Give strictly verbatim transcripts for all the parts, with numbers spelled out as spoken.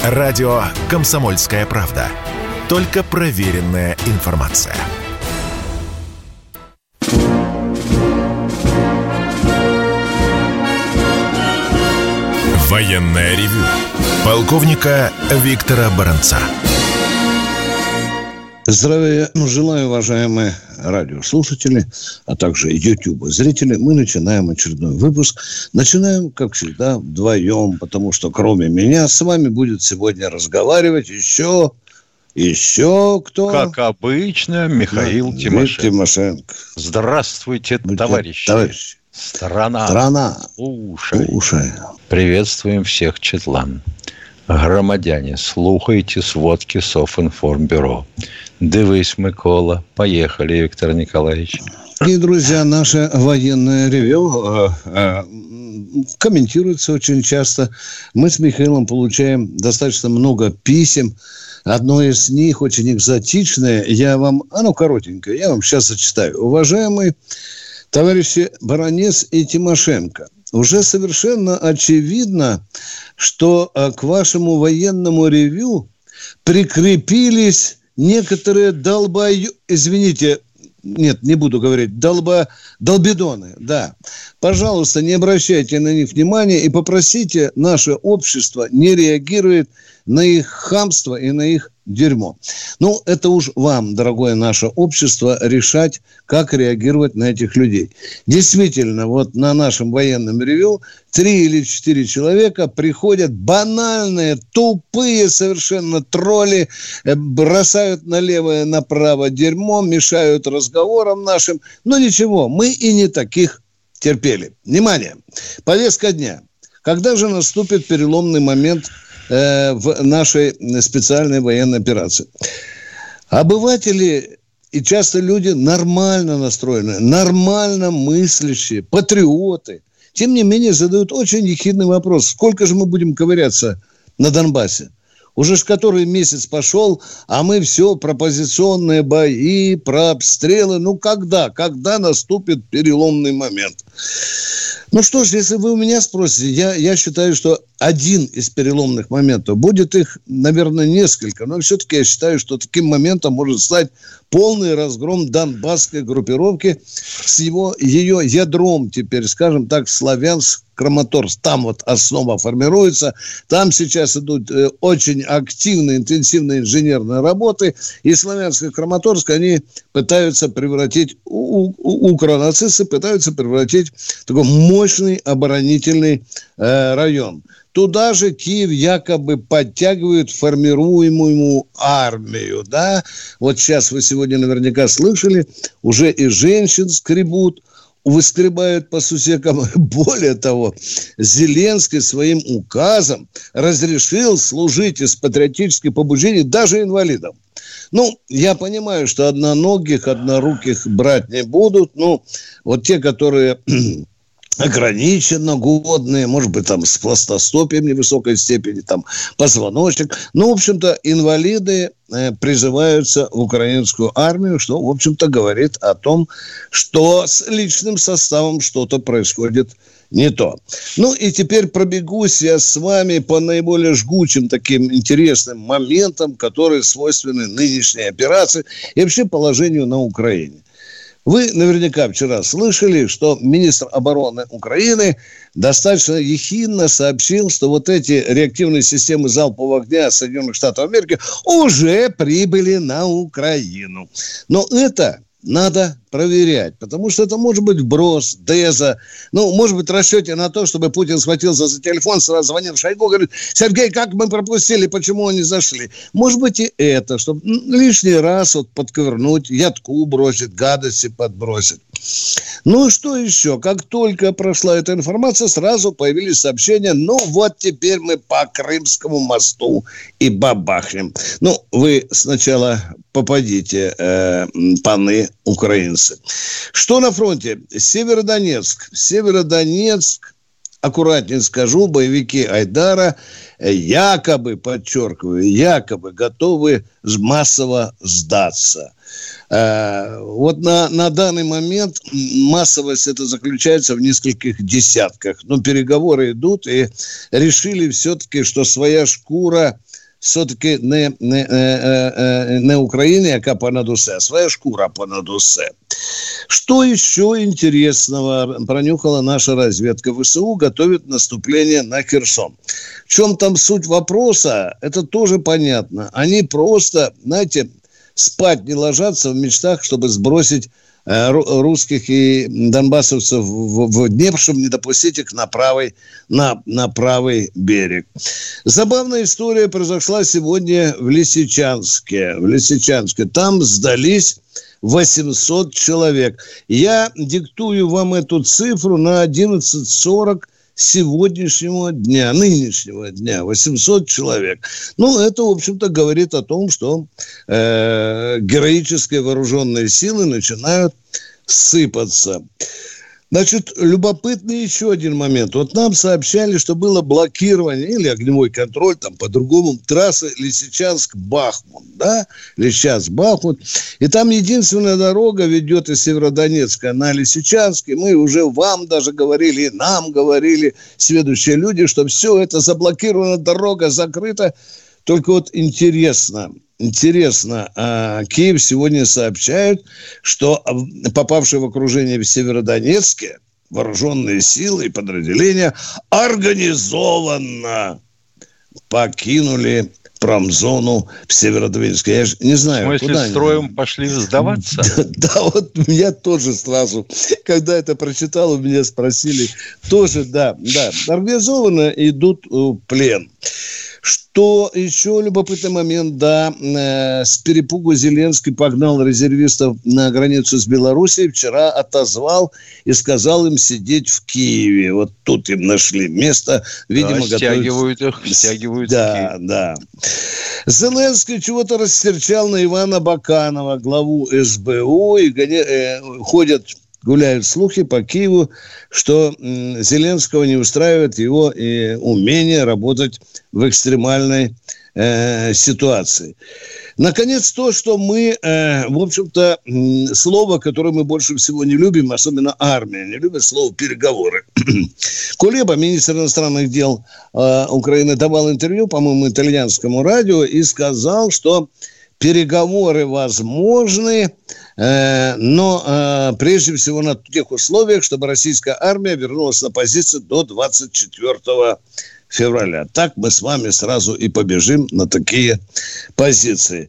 Радио «Комсомольская правда». Только проверенная информация. Военное ревю полковника Виктора Баранца. Здравия желаю, уважаемые радиослушатели, а также YouTube-зрители. Мы начинаем очередной выпуск. Начинаем, как всегда, вдвоем, потому что кроме меня с вами будет сегодня разговаривать еще, еще кто? Как обычно, Михаил да, Тимошенко. Тимошенко. Здравствуйте, Будьте, товарищи. товарищи. Страна. Страна. Слушай. Слушай. Приветствуем всех, Четлан. Громадяне, слухайте сводки Софинформбюро. Дивись, Микола. Поехали, Виктор Николаевич. Дорогие друзья, наше военное ревю э, э, комментируется очень часто. Мы с Михаилом получаем достаточно много писем. Одно из них очень экзотичное. Я вам, оно коротенькое, я вам сейчас зачитаю. Уважаемые товарищи Баранец и Тимошенко, уже совершенно очевидно, что к вашему военному ревю прикрепились некоторые долбою... Извините, нет, не буду говорить. Долба... Долбидоны, да. Пожалуйста, не обращайте на них внимания и попросите наше общество не реагировать на их хамство и на их дерьмо. Ну, это уж вам, дорогое наше общество, решать, как реагировать на этих людей. Действительно, вот на нашем военном ревю три или четыре человека приходят банальные, тупые совершенно тролли, бросают налево и направо дерьмо, мешают разговорам нашим. Но ничего, мы и не таких терпели. Внимание! Повестка дня. Когда же наступит переломный момент в нашей специальной военной операции? Обыватели и часто люди нормально настроенные, нормально мыслящие, патриоты, тем не менее задают очень ехидный вопрос. Сколько же мы будем ковыряться на Донбассе? Уже ж который месяц пошел, а мы все про позиционные бои, про обстрелы. Ну, когда? Когда наступит переломный момент? Ну что ж, если вы у меня спросите, я, я считаю, что один из переломных моментов, будет их, наверное, несколько, но все-таки я считаю, что таким моментом может стать полный разгром донбасской группировки с его, ее ядром, теперь, скажем так, Славянск, Краматорск. Там вот основа формируется, там сейчас идут э, очень активные, интенсивные инженерные работы, и Славянск и Краматорск, они пытаются превратить, у, у, укронацисты пытаются превратить в такой мощный оборонительный э, район. Туда же Киев якобы подтягивает формируемую армию, да? Вот сейчас вы сегодня наверняка слышали, уже и женщин скребут, выскребают по сусекам. Более того, Зеленский своим указом разрешил служить из патриотических побуждений даже инвалидам. Ну, я понимаю, что одноногих, одноруких брать не будут, но вот те, которые ограниченно годные, может быть, там с плоскостопием невысокой степени, там позвоночник. Ну, в общем-то, инвалиды э, призываются в украинскую армию, что, в общем-то, говорит о том, что с личным составом что-то происходит не то. Ну, и теперь пробегусь я с вами по наиболее жгучим таким интересным моментам, которые свойственны нынешней операции и вообще положению на Украине. Вы наверняка вчера слышали, что министр обороны Украины достаточно ехидно сообщил, что вот эти реактивные системы залпового огня Соединенных Штатов Америки уже прибыли на Украину. Но это надо проверять, потому что это может быть вброс, деза, ну, может быть, в расчете на то, чтобы Путин схватился за телефон, сразу звонил Шойгу, говорит: Сергей, как мы пропустили, почему они зашли? Может быть, и это, чтобы лишний раз вот подковырнуть, ядку бросить, гадости подбросить. Ну, что еще? Как только прошла эта информация, сразу появились сообщения: ну, вот теперь мы по Крымскому мосту и бабахнем. Ну, вы сначала попадите, э, паны украинцы. Что на фронте? Северодонецк. Северодонецк, аккуратнее скажу, боевики Айдара якобы, подчеркиваю, якобы готовы массово сдаться. Вот на, на данный момент массовость это заключается в нескольких десятках. Но переговоры идут, и решили все-таки, что своя шкура все-таки не, не, не, не Україна, яка понад усе, а своя шкура понад усе. Что еще интересного пронюхала наша разведка? ВСУ готовит наступление на Херсон. В чем там суть вопроса, это тоже понятно. Они просто, знаете, спать не ложатся в мечтах, чтобы сбросить э, русских и донбассовцев в, в Днепр, чтобы не допустить их на правый, на, на правый берег. Забавная история произошла сегодня в Лисичанске. В Лисичанске. Там сдались восемьсот человек. Я диктую вам эту цифру на одиннадцать сорок сегодняшнего дня, нынешнего дня, восемьсот человек. Ну, это, в общем-то, говорит о том, что э, героические вооруженные силы начинают сыпаться. Значит, любопытный еще один момент. Вот нам сообщали, что было блокирование или огневой контроль, там по-другому, трассы Лисичанск-Бахмут, да, Лисичанск-Бахмут. И там единственная дорога ведет из Северодонецка на Лисичанск. И мы уже вам даже говорили, и нам говорили следующие люди, что все это заблокировано, дорога закрыта. Только вот интересно, интересно, Киев сегодня сообщает, что попавшие в окружение в Северодонецке вооруженные силы и подразделения организованно покинули промзону в Северодонецке. Я же не знаю, в смысле, куда строем они пошли сдаваться? Да, вот меня тоже сразу, когда это прочитал, у меня спросили, тоже, да, да, организованно идут в плен. Что еще любопытный момент, да, э, с перепугу Зеленский погнал резервистов на границу с Белоруссией, вчера отозвал и сказал им сидеть в Киеве. Вот тут им нашли место, видимо, да, стягивают готовят... их, стягивают да, в Киев. Да, да. Зеленский чего-то растерчал на Ивана Баканова, главу эс бэ у, и гоня... э, ходят... Гуляют слухи по Киеву, что Зеленского не устраивает его и умение работать в экстремальной э, ситуации. Наконец, то, что мы, э, в общем-то, э, слово, которое мы больше всего не любим, особенно армия не любит, слово «переговоры». Кулеба, министр иностранных дел э, Украины, давал интервью, по-моему, итальянскому радио и сказал, что переговоры возможны, э, но э, прежде всего на тех условиях, чтобы российская армия вернулась на позиции до двадцать четвёртого февраля. Так мы с вами сразу и побежим на такие позиции.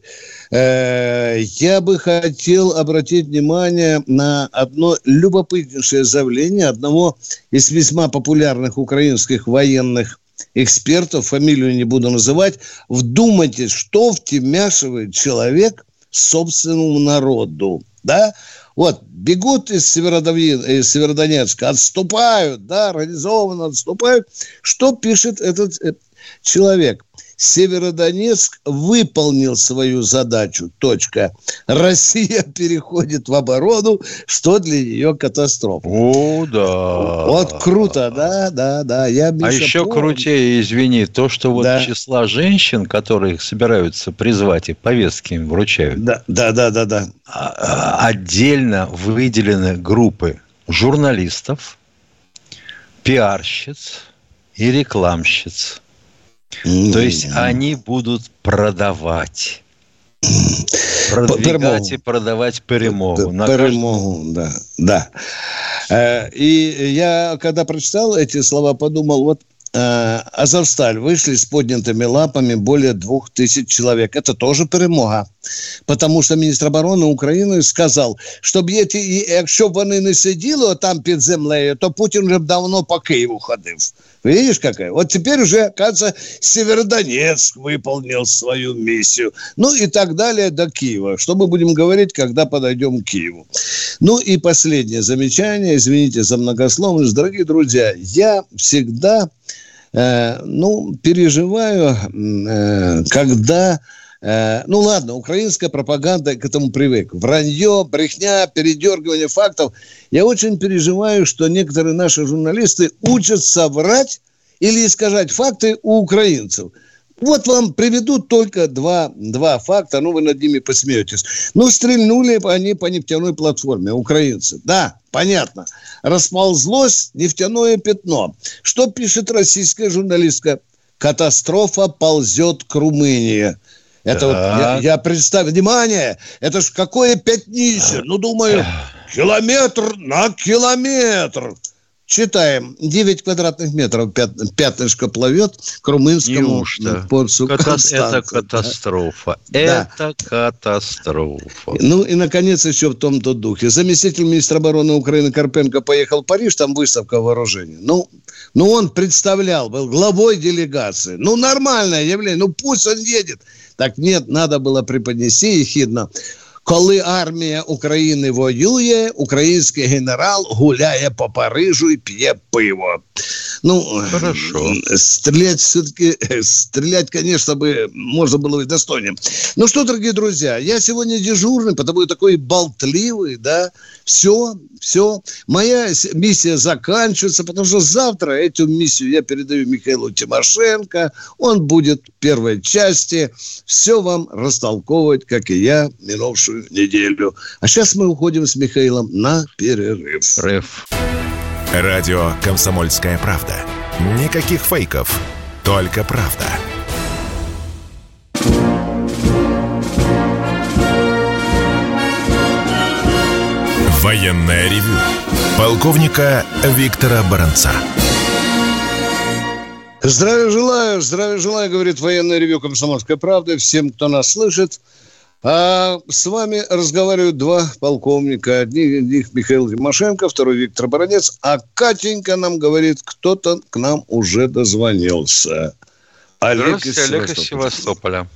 Э, я бы хотел обратить внимание на одно любопытнейшее заявление одного из весьма популярных украинских военных экспертов, фамилию не буду называть. Вдумайтесь, что втемяшивает человек собственному народу, да? Вот, бегут из, из Северодонецка, отступают, да, организованно отступают. Что пишет этот э, человек? Северодонецк выполнил свою задачу. Точка. Россия переходит в оборону, что для нее катастрофа. О, да. Вот круто, да, да, да. Я, Миша, а еще помню. Крутее, извини, то, что вот да. числа женщин, которых собираются призвать и повестки им вручают. Да, да, да, да, да. Отдельно выделены группы журналистов, пиарщиц и рекламщиц. Mm-hmm. То есть они будут продавать. Продвигать и продавать перемогу. Перемогу, да. да. И я, когда прочитал эти слова, подумал, вот Азовсталь вышли с поднятыми лапами более двух тисяч человек. Это тоже перемога. Потому що міністр оборони України сказав, щоб якщо б вони не сиділи там під землею, то Путін вже б давно по Києву ходив. Видишь, какая? Вот теперь уже, кажется, Северодонецк выполнил свою миссию. Ну и так далее до Киева. Что мы будем говорить, когда подойдем к Киеву? Ну и последнее замечание. Извините за многословность. Дорогие друзья, я всегда э, ну, переживаю, э, когда... Ну, ладно, украинская пропаганда к этому привык. Вранье, брехня, передергивание фактов. Я очень переживаю, что некоторые наши журналисты учатся врать или искажать факты у украинцев. Вот вам приведут только два, два факта, ну, вы над ними посмеетесь. Ну, стрельнули они по нефтяной платформе, украинцы. Да, понятно. Расползлось нефтяное пятно. Что пишет российская журналистка? Катастрофа ползет к Румынии. Это вот я, я представил. Внимание, это ж какое пятнище. Ну, думаю, километр на километр. Читаем. девять квадратных метров пят, пятнышко плывет к румынскому порту Констанца. Это катастрофа. Да. Это катастрофа. Ну и, наконец, еще в том-то духе. Заместитель министра обороны Украины Карпенко поехал в Париж, там выставка вооружений. Ну, ну он представлял, был главой делегации. Ну, нормальное явление. Ну, пусть он едет. Так нет, надо было преподнести ехидно. Коли армія України воює, український генерал гуляє по Парижу и пьет пиво. Ну, хорошо. Стрелять все-таки, стрелять, конечно, бы можно было и достойнее. Ну что, дорогие друзья, я сегодня дежурный, потому такой болтливый, да. Все, все. Моя миссия заканчивается, потому что завтра эту миссию я передаю Михаилу Тимошенко. Он будет в первой части все вам растолковывать, как и я, минувшую неделю. А сейчас мы уходим с Михаилом на перерыв. Реф. Радио «Комсомольская правда». Никаких фейков, только правда. Военное ревю полковника Виктора Баранца. Здравия желаю, здравия желаю, говорит военное ревю «Комсомольской правды» всем, кто нас слышит. А с вами разговаривают два полковника. Одни из них Михаил Тимошенко, второй Виктор Баранец. А Катенька нам говорит, кто-то к нам уже дозвонился. Олег из Олег из Севастополя.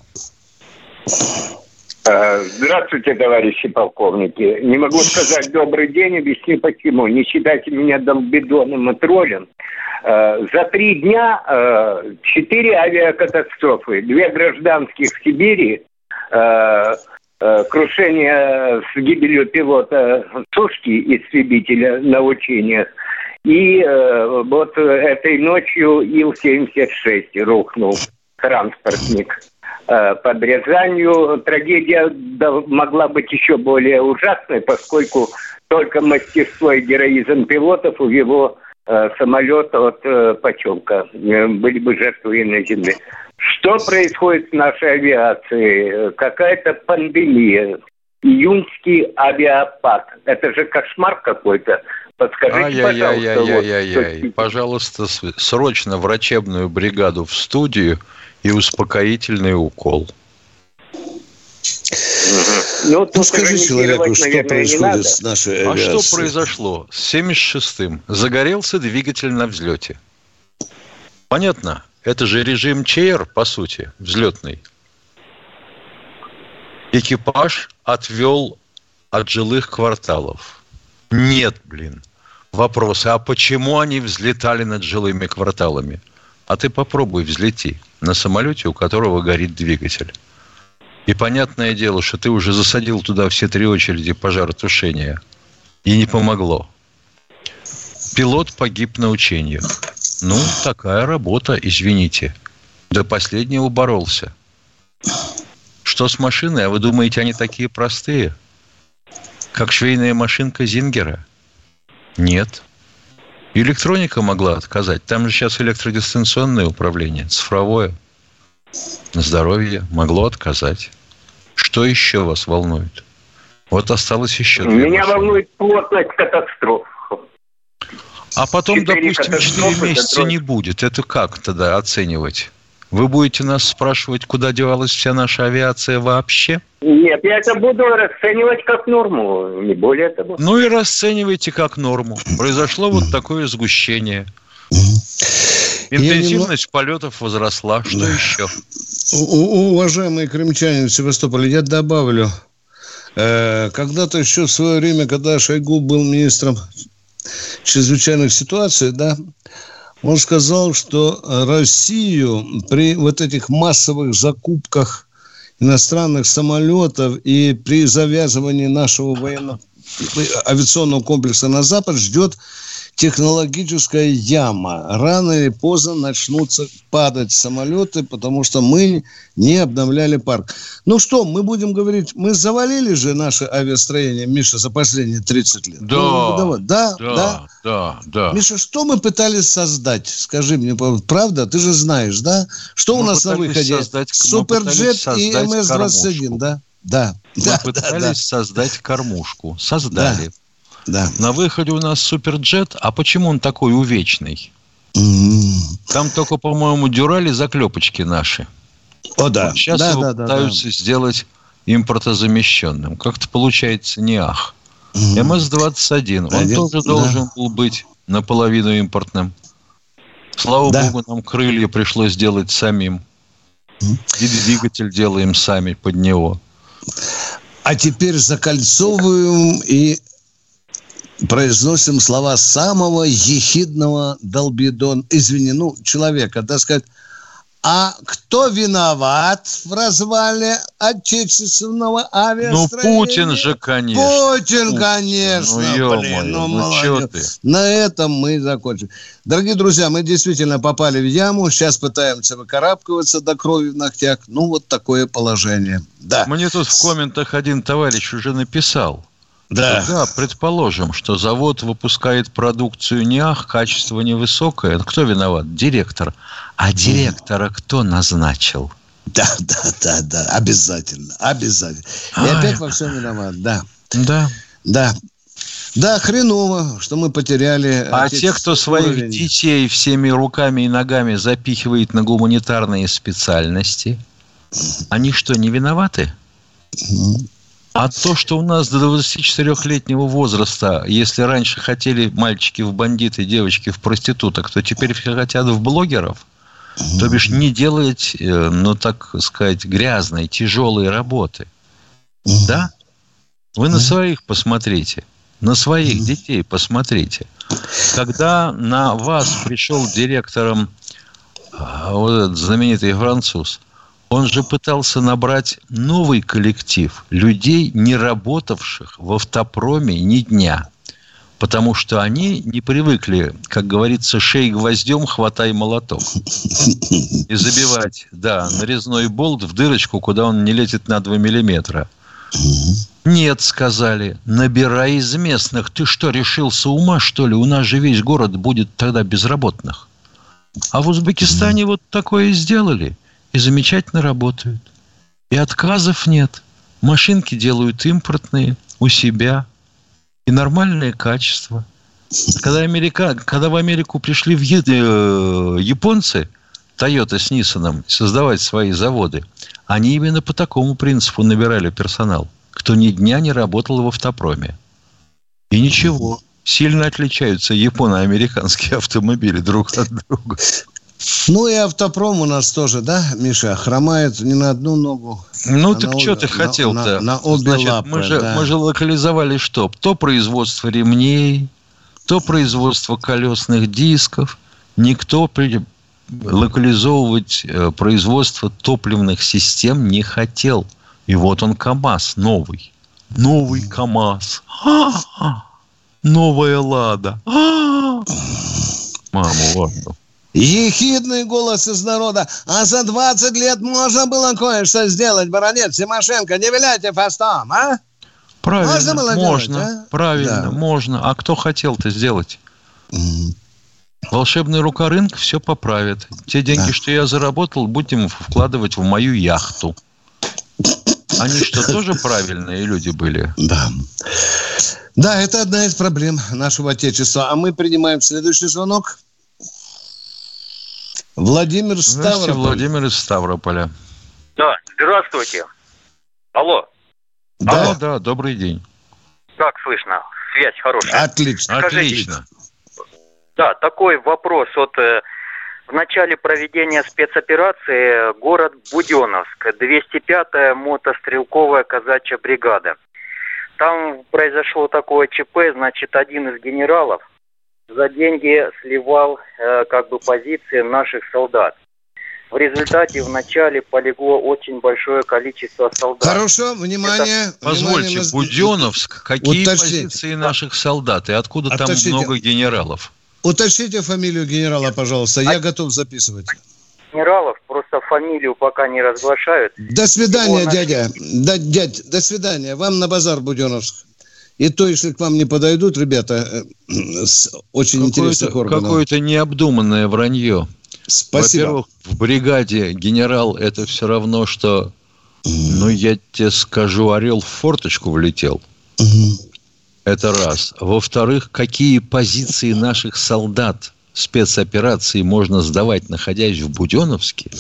Здравствуйте, товарищи полковники. Не могу сказать добрый день, объясню почему. Не считайте меня долбидоном и троллем. За три дня четыре авиакатастрофы. Две гражданских в Сибири, крушение с гибелью пилота Сушки, истребителя на учениях. И вот этой ночью Ил семьдесят шесть рухнул, транспортник. Под Рязанью трагедия могла быть еще более ужасной, поскольку только мастерство и героизм пилотов увело самолет от почемка. Были бы жертвы и на земле. Что происходит с нашей авиацией? Какая-то пандемия. Июньский авиапад. Это же кошмар какой-то. Подскажите, пожалуйста. Ай-яй-яй-яй-яй. Вот, пожалуйста, срочно врачебную бригаду в студию и успокоительный укол. Ну, ну скажи человеку, что наверное, происходит с нашей авиацией. А что произошло? С семьдесят шестым загорелся двигатель на взлете. Понятно? Это же режим ЧР, по сути, взлетный. Экипаж отвел от жилых кварталов. Нет, блин. Вопросы, а почему они взлетали над жилыми кварталами? А ты попробуй взлети на самолете, у которого горит двигатель. И понятное дело, что ты уже засадил туда все три очереди пожаротушения. И не помогло. Пилот погиб на учениях. Ну, такая работа, извините. До последнего боролся. Что с машиной? А вы думаете, они такие простые? Как швейная машинка Зингера? Нет. Электроника могла отказать. Там же сейчас электродистанционное управление, цифровое. Здоровье могло отказать. Что еще вас волнует? Вот осталось еще две Меня машины. волнует плотность катастроф. А потом, допустим, четыре месяца не будет. Это как тогда оценивать? Вы будете нас спрашивать, куда девалась вся наша авиация вообще? Нет, я это буду расценивать как норму, не более того. Ну и расценивайте как норму. Произошло вот такое сгущение. Интенсивность немного... полетов возросла. Что да. еще? У- уважаемые крымчане в Севастополе, я добавлю. Э- когда-то еще в свое время, когда Шойгу был министром чрезвычайных ситуаций, да, он сказал, что Россию при вот этих массовых закупках иностранных самолетов и при завязывании нашего военного авиационного комплекса на Запад ждет технологическая яма. Рано или поздно начнутся падать самолеты, потому что мы не обновляли парк. Ну что, мы будем говорить, мы завалили же наше авиастроение, Миша, за последние тридцать лет. Да, ну, да, да, да, да, да. Миша, что мы пытались создать? Скажи мне, правда? Ты же знаешь, да? Что мы у нас на выходе? Создать, Суперджет и эм эс двадцать один, да? Да. Мы да, пытались да, да. создать кормушку. Создали. Да. Да. На выходе у нас суперджет. А почему он такой увечный? Mm. Там только, по-моему, дюрали заклепочки наши. О, да. Вот сейчас да, его да, пытаются да, да. сделать импортозамещенным. Как-то получается не ах. Mm. эм эс двадцать один. Он Один, тоже да. должен был быть наполовину импортным. Слава да. богу, нам крылья пришлось делать самим. Mm. И двигатель делаем сами под него. А теперь закольцовываем и произносим слова самого ехидного долбидон, извини, ну, человека, так сказать. А кто виноват в развале отечественного авиастроения? Ну, Путин же, конечно. Путин, конечно. Ну, блин, ну, ну, чё ты? На этом мы закончим. Дорогие друзья, мы действительно попали в яму. Сейчас пытаемся выкарабкиваться до крови в ногтях. Ну, вот такое положение. Да. Мне тут в комментах один товарищ уже написал. Да. Да, предположим, что завод выпускает продукцию не ах, качество невысокое. Кто виноват? Директор. А директора кто назначил? Да, да, да, да, обязательно, обязательно. И Ай. опять во всем виноват, да. Да. Да. Да, хреново, что мы потеряли... А те, кто своих уровень. детей всеми руками и ногами запихивает на гуманитарные специальности, они что, не виноваты? А то, что у нас до двадцатичетырёхлетнего возраста, если раньше хотели мальчики в бандиты, девочки в проституток, то теперь все хотят в блогеров, то бишь не делать, ну, так сказать, грязной, тяжелой работы. Да? Вы на своих посмотрите, на своих детей посмотрите. Когда на вас пришел директором вот этот знаменитый француз, он же пытался набрать новый коллектив людей, не работавших в автопроме ни дня. Потому что они не привыкли, как говорится, шей гвоздем, хватай молоток. И забивать, да, нарезной болт в дырочку, куда он не летит на два миллиметра. Нет, сказали, набирай из местных. Ты что, решился ума, что ли? У нас же весь город будет тогда безработных. А в Узбекистане вот такое сделали. И замечательно работают. И отказов нет. Машинки делают импортные у себя. И нормальное качество. Когда, Америка... Когда в Америку пришли в е... японцы, Toyota с Nissan, создавать свои заводы, они именно по такому принципу набирали персонал. Кто ни дня не работал в автопроме. И ничего. Сильно отличаются японо-американские автомобили друг от друга. Ну и автопром у нас тоже, да, Миша, хромает не на одну ногу. Ну, а так на что обе, ты хотел-то? На, на, на обе Значит, лапы, мы же, да. мы же локализовали что? То производство ремней, то производство колесных дисков. Никто при... локализовывать э, производство топливных систем не хотел. И вот он, КАМАЗ новый. Новый КАМАЗ. А-а-а. Новая Лада. А-а-а. Маму, ладно. Ехидный голос из народа. А за двадцать лет можно было кое-что сделать, баронет Тимошенко. Не виляйте фастом, а? Правильно, можно. Было можно делать, а? правильно, да. можно. А кто хотел-то сделать? Mm. Волшебная рука рынка все поправит. Те деньги, да. что я заработал, будем вкладывать в мою яхту. Они что, тоже правильные люди были? Да. Да, это одна из проблем нашего отечества. А мы принимаем следующий звонок. Владимир Ставрополь. Владимир из Ставрополя. Да, здравствуйте. Алло. Да, Алло, да, добрый день. Как слышно? Связь хорошая. Отлично. Скажите, Отлично. Да, такой вопрос. Вот э, в начале проведения спецоперации город Буденновск, двести пятая мотострелковая казачья бригада. Там произошло такое ЧП, значит, один из генералов за деньги сливал э, как бы позиции наших солдат. В результате вначале полегло очень большое количество солдат. Хорошо, внимание. Это... Позвольте, внимание, Буденновск, какие уточните. позиции наших солдат и откуда Уточните. там много генералов? Уточните фамилию генерала, пожалуйста. Я а... готов записывать. Генералов просто фамилию пока не разглашают. До свидания, Его дядя. До, дядь, до свидания. Вам на базар, Буденновск. И то, если к вам не подойдут, ребята, с очень какое-то, интересных органов. Какое-то необдуманное вранье. Спасибо. Во-первых, в бригаде генерал это все равно, что, ну, я тебе скажу, орел в форточку влетел. Угу. Это раз. Во-вторых, какие позиции наших солдат спецоперации можно сдавать, находясь в Буденновске?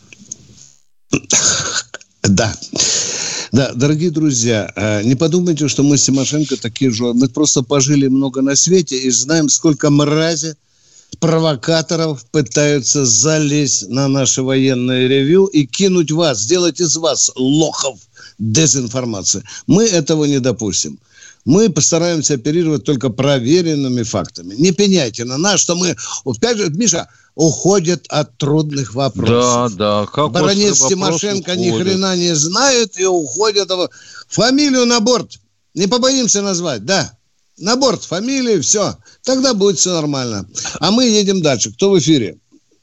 Да. Да, дорогие друзья, не подумайте, что мы с Тимошенко такие же. Мы просто пожили много на свете и знаем, сколько мрази, провокаторов пытаются залезть на наше военное ревью и кинуть вас, сделать из вас лохов дезинформации. Мы этого не допустим. Мы постараемся оперировать только проверенными фактами. Не пеняйте на нас, что мы, опять же, Миша, уходят от трудных вопросов. Да, да. Как баронец Тимошенко ни хрена не знает и уходят. Фамилию на борт. Не побоимся назвать, да. На борт фамилии, все. Тогда будет все нормально. А мы едем дальше. Кто в эфире?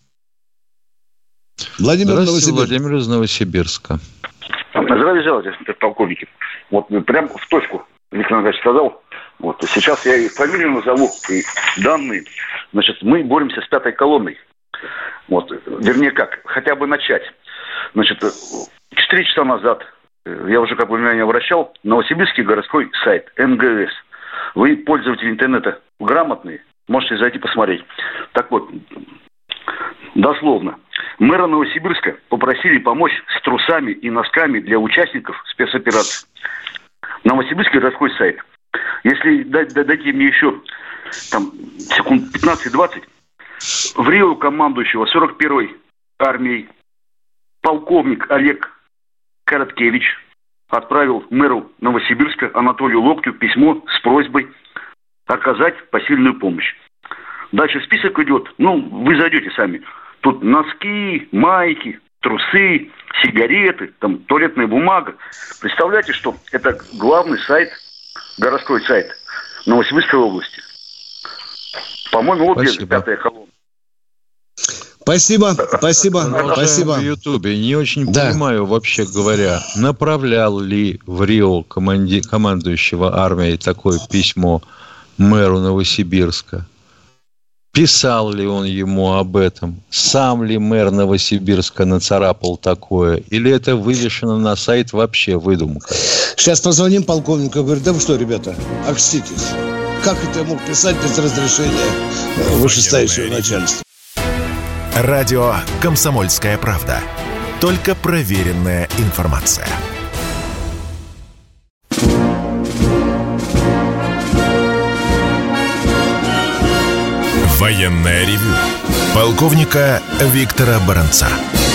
Владимир Новосибирск. Владимир из Новосибирска. Здравия желаю, полковники. Вот прям в точку Виктор Николаевич сказал. Вот сейчас я и фамилию назову, и данные. Значит, мы боремся с пятой колонной. Вот, вернее, как, хотя бы начать. Значит, четыре часа назад, я уже как бы внимание обращал, Новосибирский городской сайт эн гэ эс. Вы, пользователи интернета, грамотные, можете зайти посмотреть. Так вот, дословно. Мэра Новосибирска попросили помочь с трусами и носками для участников спецоперации. Новосибирский городской сайт. Если дадите мне еще там, секунд пятнадцать-двадцать, в Рио командующего сорок первой армией полковник Олег Короткевич отправил мэру Новосибирска Анатолию Локтю письмо с просьбой оказать посильную помощь. Дальше список идет. Ну, вы зайдете сами. Тут носки, майки, трусы, сигареты, там туалетная бумага. Представляете, что это главный сайт, городской сайт Новосибирской области. По-моему, вот где пятая колонна. Спасибо, спасибо, спасибо. В Ютубе не очень да. понимаю, вообще говоря, направлял ли в Рио команди... командующего армией такое письмо мэру Новосибирска? Писал ли он ему об этом? Сам ли мэр Новосибирска нацарапал такое? Или это вывешено на сайт вообще выдумка? Сейчас позвоним полковнику. Говорю, да вы что, ребята, окститесь. Как это я мог писать без разрешения вышестоящего начальства? Радио «Комсомольская правда». Только проверенная информация. Военное ревю полковника Виктора Баранца.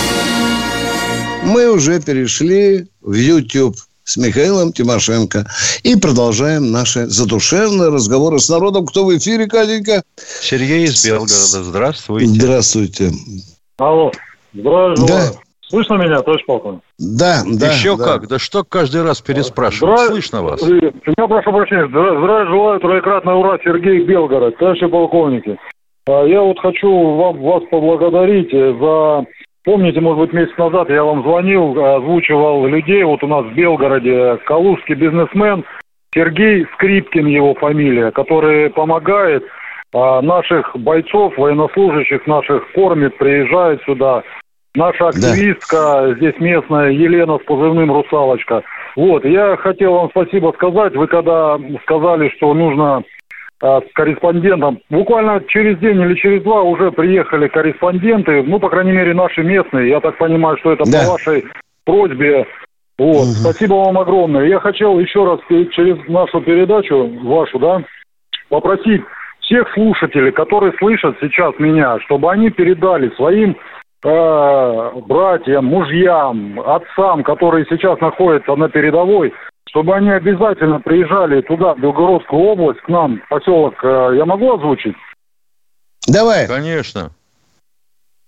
Мы уже перешли в YouTube с Михаилом Тимошенко и продолжаем наши задушевные разговоры с народом. Кто в эфире, Катенька? Сергей из Белгорода. Здравствуйте. Здравствуйте. Алло. Здравия да. желаю. Слышно меня, товарищ полковник? Да, да. Еще да. как? Да что каждый раз переспрашивать? Здра... Слышно вас? Я прошу прощения. Здравия желаю, троекратное ура, Сергей Белгород. Товарищи полковники. Я вот хочу вам, вас поблагодарить за... Помните, может быть, месяц назад я вам звонил, озвучивал людей. Вот у нас в Белгороде калужский бизнесмен Сергей Скрипкин, его фамилия, который помогает а, наших бойцов, военнослужащих наших кормит, приезжает сюда. Наша активистка, да. Здесь местная, Елена с позывным «Русалочка». Вот, я хотел вам спасибо сказать. Вы когда сказали, что нужно а, с корреспондентом, буквально через день или через два уже приехали корреспонденты, ну, по крайней мере, наши местные. Я так понимаю, что это да. по вашей просьбе. Вот, угу. Спасибо вам огромное. Я хотел еще раз через нашу передачу, вашу, да, попросить всех слушателей, которые слышат сейчас меня, чтобы они передали своим братьям, мужьям, отцам, которые сейчас находятся на передовой, чтобы они обязательно приезжали туда, в Белгородскую область, к нам, поселок, я могу озвучить? Давай. Конечно.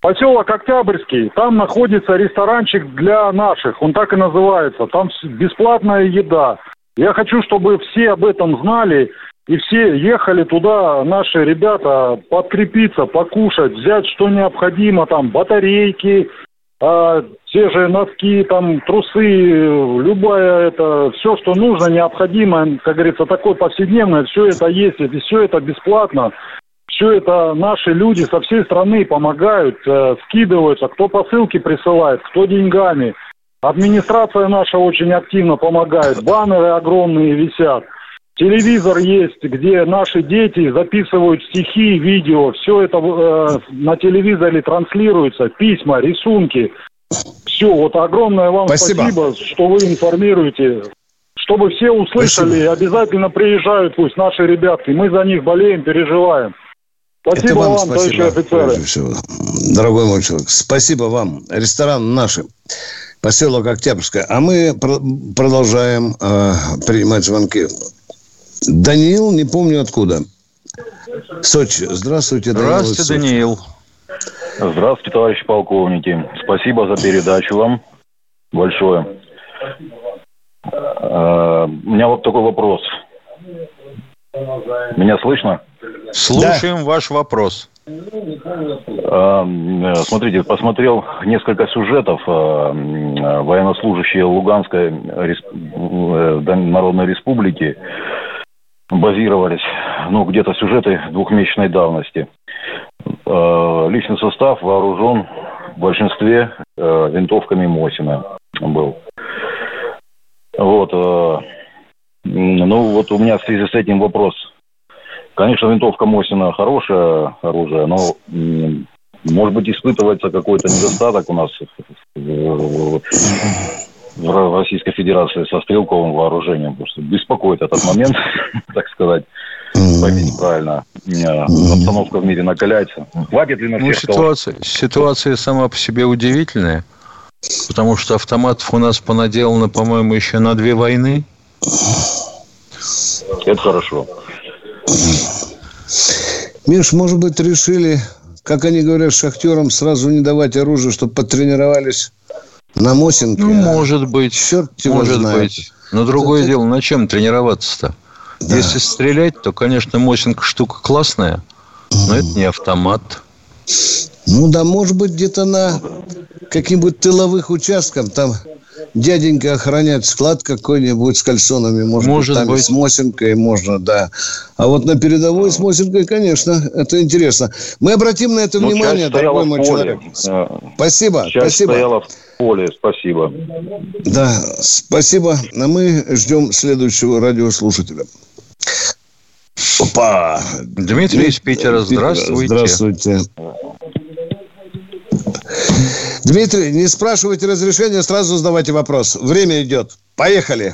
Поселок Октябрьский, там находится ресторанчик для наших, он так и называется, там бесплатная еда. Я хочу, чтобы все об этом знали, и все ехали туда, наши ребята, подкрепиться, покушать, взять, что необходимо, там, батарейки, а, те же носки, там, трусы, любое это, все, что нужно, необходимо, как говорится, такое повседневное, все это есть, и все это бесплатно. Все это наши люди со всей страны помогают, э, скидываются, кто посылки присылает, кто деньгами. Администрация наша очень активно помогает, баннеры огромные висят. Телевизор есть, где наши дети записывают стихи, видео, все это э, на телевизоре транслируется, письма, рисунки. Все, вот огромное вам спасибо, спасибо что вы информируете. Чтобы все услышали, спасибо. Обязательно приезжают пусть наши ребятки, мы за них болеем, переживаем. Спасибо Это вам, вам товарищи офицеры. Дорогой мой человек, спасибо вам. Ресторан «Наши», поселок Октябрьское. А мы продолжаем э, принимать звонки. Даниил, не помню откуда. Сочи. Здравствуйте, Даниил. Здравствуйте, Даниил. Здравствуйте, товарищи полковники. Спасибо за передачу вам большое. Э, у меня вот такой вопрос. Меня слышно? Слушаем да. ваш вопрос. Смотрите, посмотрел несколько сюжетов. Военнослужащие Луганской Народной Республики базировались, ну, где-то сюжеты двухмесячной давности. Личный состав вооружен в большинстве винтовками Мосина был. Вот. Ну, вот у меня в связи с этим вопрос. Конечно, винтовка Мосина хорошее оружие, но, может быть, испытывается какой-то недостаток у нас в Российской Федерации со стрелковым вооружением. Потому что беспокоит этот момент, так сказать, поймите правильно. Обстановка в мире накаляется. Хватит ли на всех? Ну, ситуация, ситуация сама по себе удивительная, потому что автоматов у нас понаделано, по-моему, еще на две войны. Это хорошо. Миш, может быть, решили, как они говорят шахтерам, сразу не давать оружие, чтобы потренировались на Мосинке? Ну, а? может быть. Черт его может знает. быть. Но другое Это... дело, на чем тренироваться-то? Да. Если стрелять, то, конечно, Мосинка штука классная, но это не автомат. Ну да, может быть, где-то на каких-нибудь тыловых участках там дяденька охранять склад какой-нибудь с кальсонами, может, может быть, там быть. И с Мосинкой можно, да. А вот на передовой с Мосинкой, конечно, это интересно. Мы обратим на это ну, внимание, дорогой мой человек. Спасибо, часть спасибо. Стояла в поле, спасибо. Да, спасибо. А мы ждем следующего радиослушателя. Опа! Дмитрий из Питера, здравствуйте. Здравствуйте. Дмитрий, не спрашивайте разрешения, сразу задавайте вопрос. Время идет. Поехали.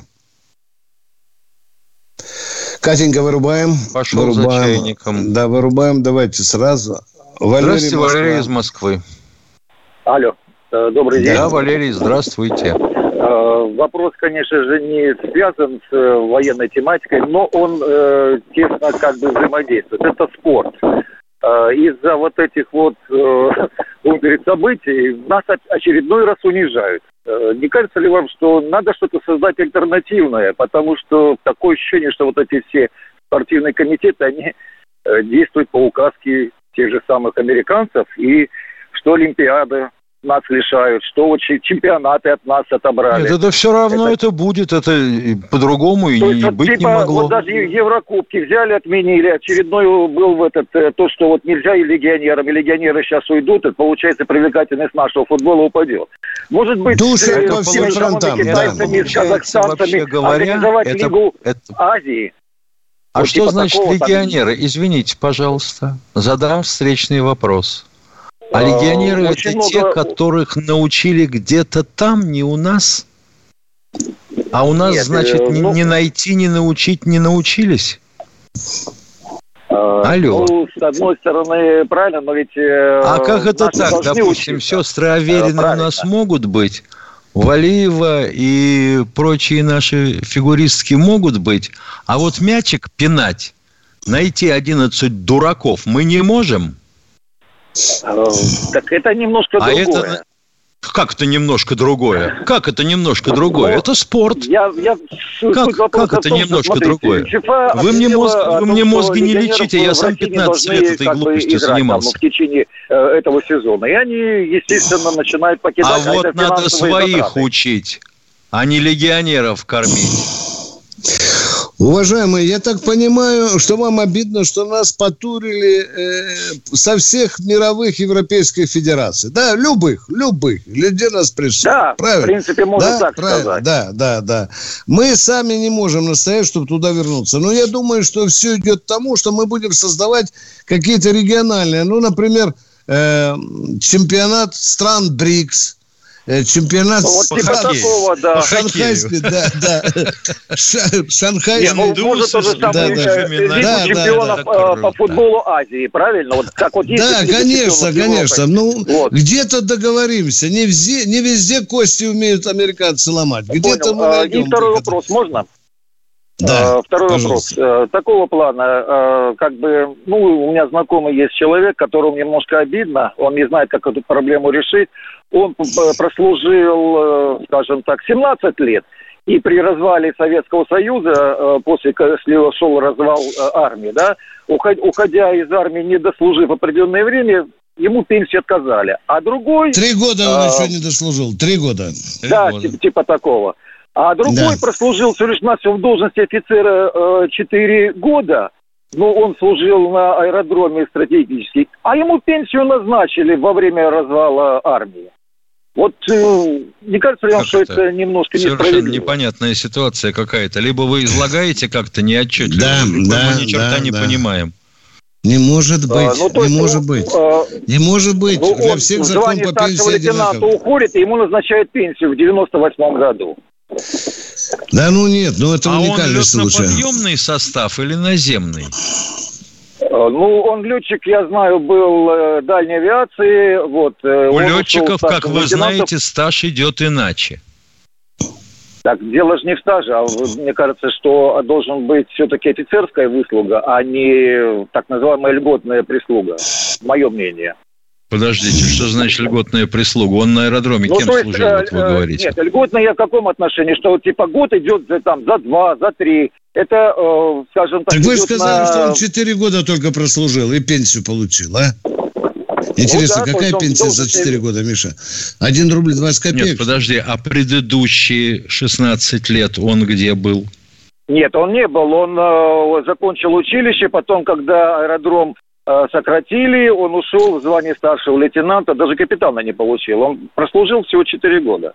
Катенька, вырубаем. Пошел вырубаем. за чайником. Да, вырубаем. Давайте сразу. Валерий, здравствуйте, Москва. Валерий из Москвы. Алло, добрый день. Да, Валерий, здравствуйте. Вопрос, конечно же, не связан с военной тематикой, но он э, тесно как бы взаимодействует. Это спорт. Из-за вот этих вот, будем говорить, событий нас очередной раз унижают. Не кажется ли вам, что надо что-то создать альтернативное? Потому что такое ощущение, что вот эти все спортивные комитеты, они действуют по указке тех же самых американцев, и что Олимпиада нас лишают, что вот чемпионаты от нас отобрали. Нет, это все равно это, это будет, это по-другому и есть, вот, быть типа, не могло. Вот даже Еврокубки взяли, отменили, очередной был в этот, то, что вот нельзя и легионерам, и легионеры сейчас уйдут, и получается привлекательность нашего футбола упадет. Может быть, Души по всем фронтам, китайцами, да. с казахстанцами говоря, организовать это, Лигу это... Азии. А вот что типа значит такого, легионеры? Там... Извините, пожалуйста, задам встречный вопрос. А легионеры – это много... те, которых научили где-то там, не у нас? А у нас, Нет, значит, э, ну... не найти, не научить, не научились? Э, Алло. Ну, с одной стороны, правильно, но ведь... Э, а как это так? Допустим, учиться. Сестры Аверины э, у нас могут быть, Валиева и прочие наши фигуристки могут быть, а вот мячик пинать, найти одиннадцать дураков мы не можем? Так это немножко а другое. Это... Как это немножко другое? Как это немножко другое? Но это спорт. Я, я, как как это том, немножко смотрите, другое? Вы мне, мозг, вы мне мозги не лечите, я сам пятнадцать лет этой глупостью занимался. Там, в течение э, этого сезона. И они, естественно, начинают покидать. А, а вот надо своих затраты. Учить, а не легионеров кормить. Уважаемые, я так понимаю, что вам обидно, что нас потурили э, со всех мировых европейских федераций. Да, любых, любых. Где нас пришли. Да, правильно? В принципе, можно да? так правильно? сказать. Да, да, да. Мы сами не можем настоять, чтобы туда вернуться. Но я думаю, что все идет к тому, что мы будем создавать какие-то региональные. Ну, например, э, чемпионат стран БРИКС. Чемпионат ну, вот типа такого, да. Шанхайский, да, да. Шанхайский. Ну, может, то же самое Лигу чемпионов по футболу Азии, правильно? Вот как вот есть. Да, конечно, конечно. Ну, вот. Где-то договоримся. Не везде, не везде кости умеют американцы ломать. Где-то мы найдем. И второй вопрос, можно? Да, Второй пожалуйста. вопрос. Такого плана, как бы, ну, у меня знакомый есть человек, которому немножко обидно, он не знает, как эту проблему решить. Он прослужил, скажем так, семнадцать лет, и при развале Советского Союза, после, если шел развал армии, да, уходя из армии, не дослужив определенное время, ему пенсию отказали. А другой... Три года он а, еще не дослужил, три года. Да, года. Типа, типа такого. А другой да. прослужил всего лишь навсего в должности офицера четыре года. Ну, он служил на аэродроме стратегически. А ему пенсию назначили во время развала армии. Вот э, не кажется ли вам, что это, это немножко несправедливо? Совершенно непонятная ситуация какая-то. Либо вы излагаете как-то неотчетливо, да, либо да, мы ни черта да, не да. понимаем. Не может быть, а, ну, не есть, может быть. А, не может быть. Ну, Для всех закон по пенсии лейтенанта уходит, и ему назначают пенсию в девяносто восьмом году. Да ну нет, ну это а уникальный случай. А он летно-подъемный состав или наземный? Ну, он летчик, я знаю, был э, дальней авиации. Вот, э, У летчиков, как вы знаете, стаж идет иначе. Так, дело же не в стаже, а мне кажется, что должен быть все-таки офицерская выслуга, а не так называемая льготная прислуга. Мое мнение. Подождите, что значит льготная прислуга? Он на аэродроме ну, кем есть, служил, э, вот вы говорите? Нет, льготная в каком отношении? Что типа год идет там за два, за три. Это, э, скажем так... Так вы сказали, на... что он четыре года только прослужил и пенсию получил, а? Интересно, ну, да, какая пенсия за четыре года, Миша? один рубль двадцать копеек? Нет, подожди, а предыдущие шестнадцать лет он где был? Нет, он не был. Он э, закончил училище, потом, когда аэродром э, сократили, он ушел в звание старшего лейтенанта, даже капитана не получил. Он прослужил всего четыре года.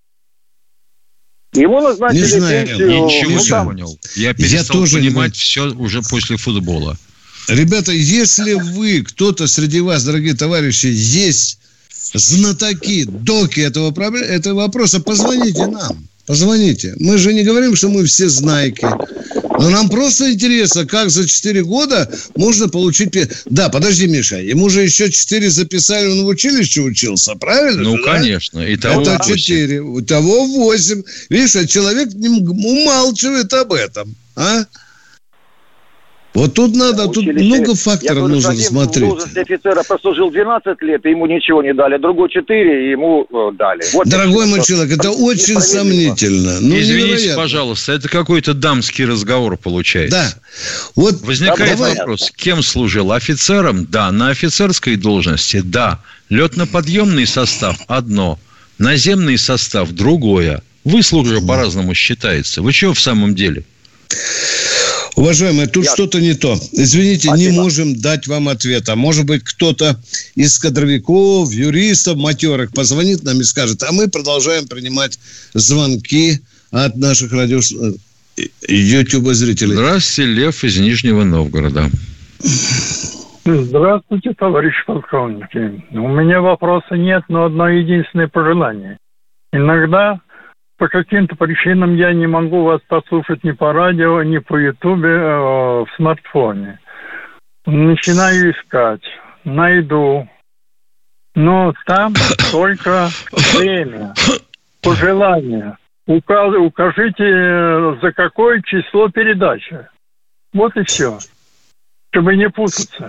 Ему назначили не знаю, пенсию... Ничего ну, не там... понял. Я перестал Я тоже понимать все уже после футбола. Ребята, если вы, кто-то среди вас, дорогие товарищи, есть знатоки, доки этого, этого вопроса, позвоните нам. Позвоните. Мы же не говорим, что мы все знайки. Но нам просто интересно, как за четыре года можно получить... Да, подожди, Миша, ему же еще четыре записали, он в училище учился, правильно? Ну, же, конечно. Да? Итого Это четыре. Итого восемь. Видишь, а человек умалчивает об этом. А? Вот тут надо, тут много факторов нужно смотреть. Должность офицера прослужил двенадцать лет, и ему ничего не дали. Другой четыре, и ему э, дали. Вот Дорогой мой человек, это очень сомнительно. Ну, извините, невероятно. Пожалуйста, это какой-то дамский разговор получается. Да. Вот возникает давай. вопрос, кем служил? Офицером? Да. На офицерской должности? Да. Летно-подъемный состав – одно. Наземный состав – другое. Выслуга по-разному считается. Вы чего в самом деле? Уважаемые, тут Я... что-то не то. Извините, Спасибо. Не можем дать вам ответа. Может быть, кто-то из кадровиков, юристов, матерых позвонит нам и скажет, а мы продолжаем принимать звонки от наших радио... ютуб-зрителей. Здравствуйте, Лев из Нижнего Новгорода. Здравствуйте, товарищ полковники. У меня вопроса нет, но одно единственное пожелание. Иногда... По каким-то причинам я не могу вас послушать ни по радио, ни по ютубе, э, в смартфоне. Начинаю искать, найду. Но там только время, пожелание. Указ, укажите, за какое число передача. Вот и все. Чтобы не путаться.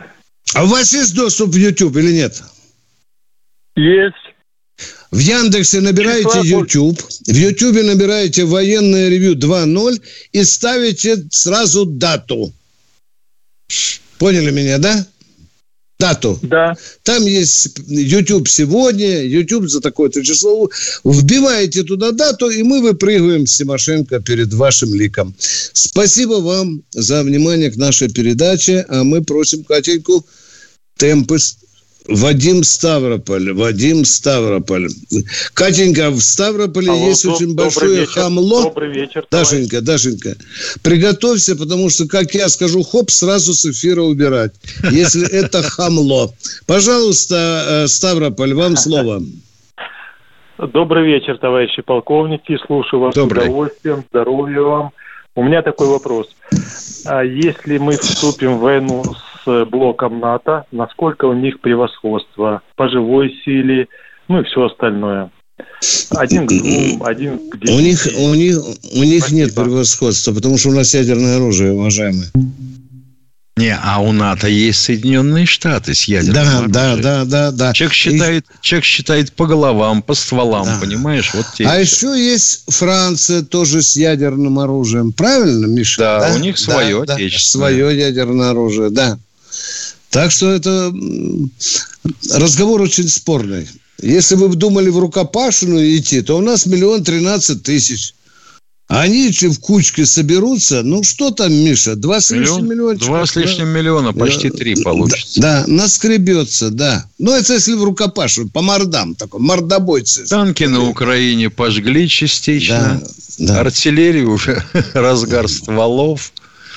А у вас есть доступ в YouTube или нет? Есть. В Яндексе набираете YouTube, в Ютубе набираете «Военное ревью два ноль» и ставите сразу дату. Поняли меня, да? Дату. Да. Там есть YouTube сегодня, YouTube за такое-то число. Вбиваете туда дату, и мы выпрыгиваем с Тимошенко перед вашим ликом. Спасибо вам за внимание к нашей передаче. А мы просим Катеньку темпы. Вадим Ставрополь. Вадим Ставрополь. Катенька, в Ставрополе Алло, есть доб- очень большое вечер. хамло. Добрый вечер. Дашенька, товарищ. Дашенька, приготовься, потому что, как я скажу, хоп, сразу с эфира убирать, если это хамло. Пожалуйста, Ставрополь, вам слово. Добрый вечер, товарищи полковники. Слушаю вас Добрый. с удовольствием. Здоровья вам. У меня такой вопрос. А если мы вступим в войну с блоком НАТО, насколько у них превосходство по живой силе, ну и все остальное? Один к двум, один к десяти. У них, у них, у них нет превосходства, потому что у нас ядерное оружие, уважаемые. Не, а у НАТО есть Соединенные Штаты с ядерным да, оружием. Да, да, да, да. Человек считает, И... человек считает по головам, по стволам, да. Понимаешь? Вот те. А еще есть Франция тоже с ядерным оружием. Правильно, Миша? Да, да? у них свое да, отечественное. Да, свое ядерное оружие, да. Так что это разговор очень спорный. Если вы думали в рукопашную идти, то у нас миллион тринадцать тысяч. Они в кучке соберутся, ну что там, Миша, два с лишним миллиона. Два с лишним миллиона, почти три получится. Да, да, наскребется, да. Ну, это если в рукопашную, по мордам, такой, мордобойцы. Танки на Украине пожгли частично. Да, да. Артиллерию уже, разгар стволов.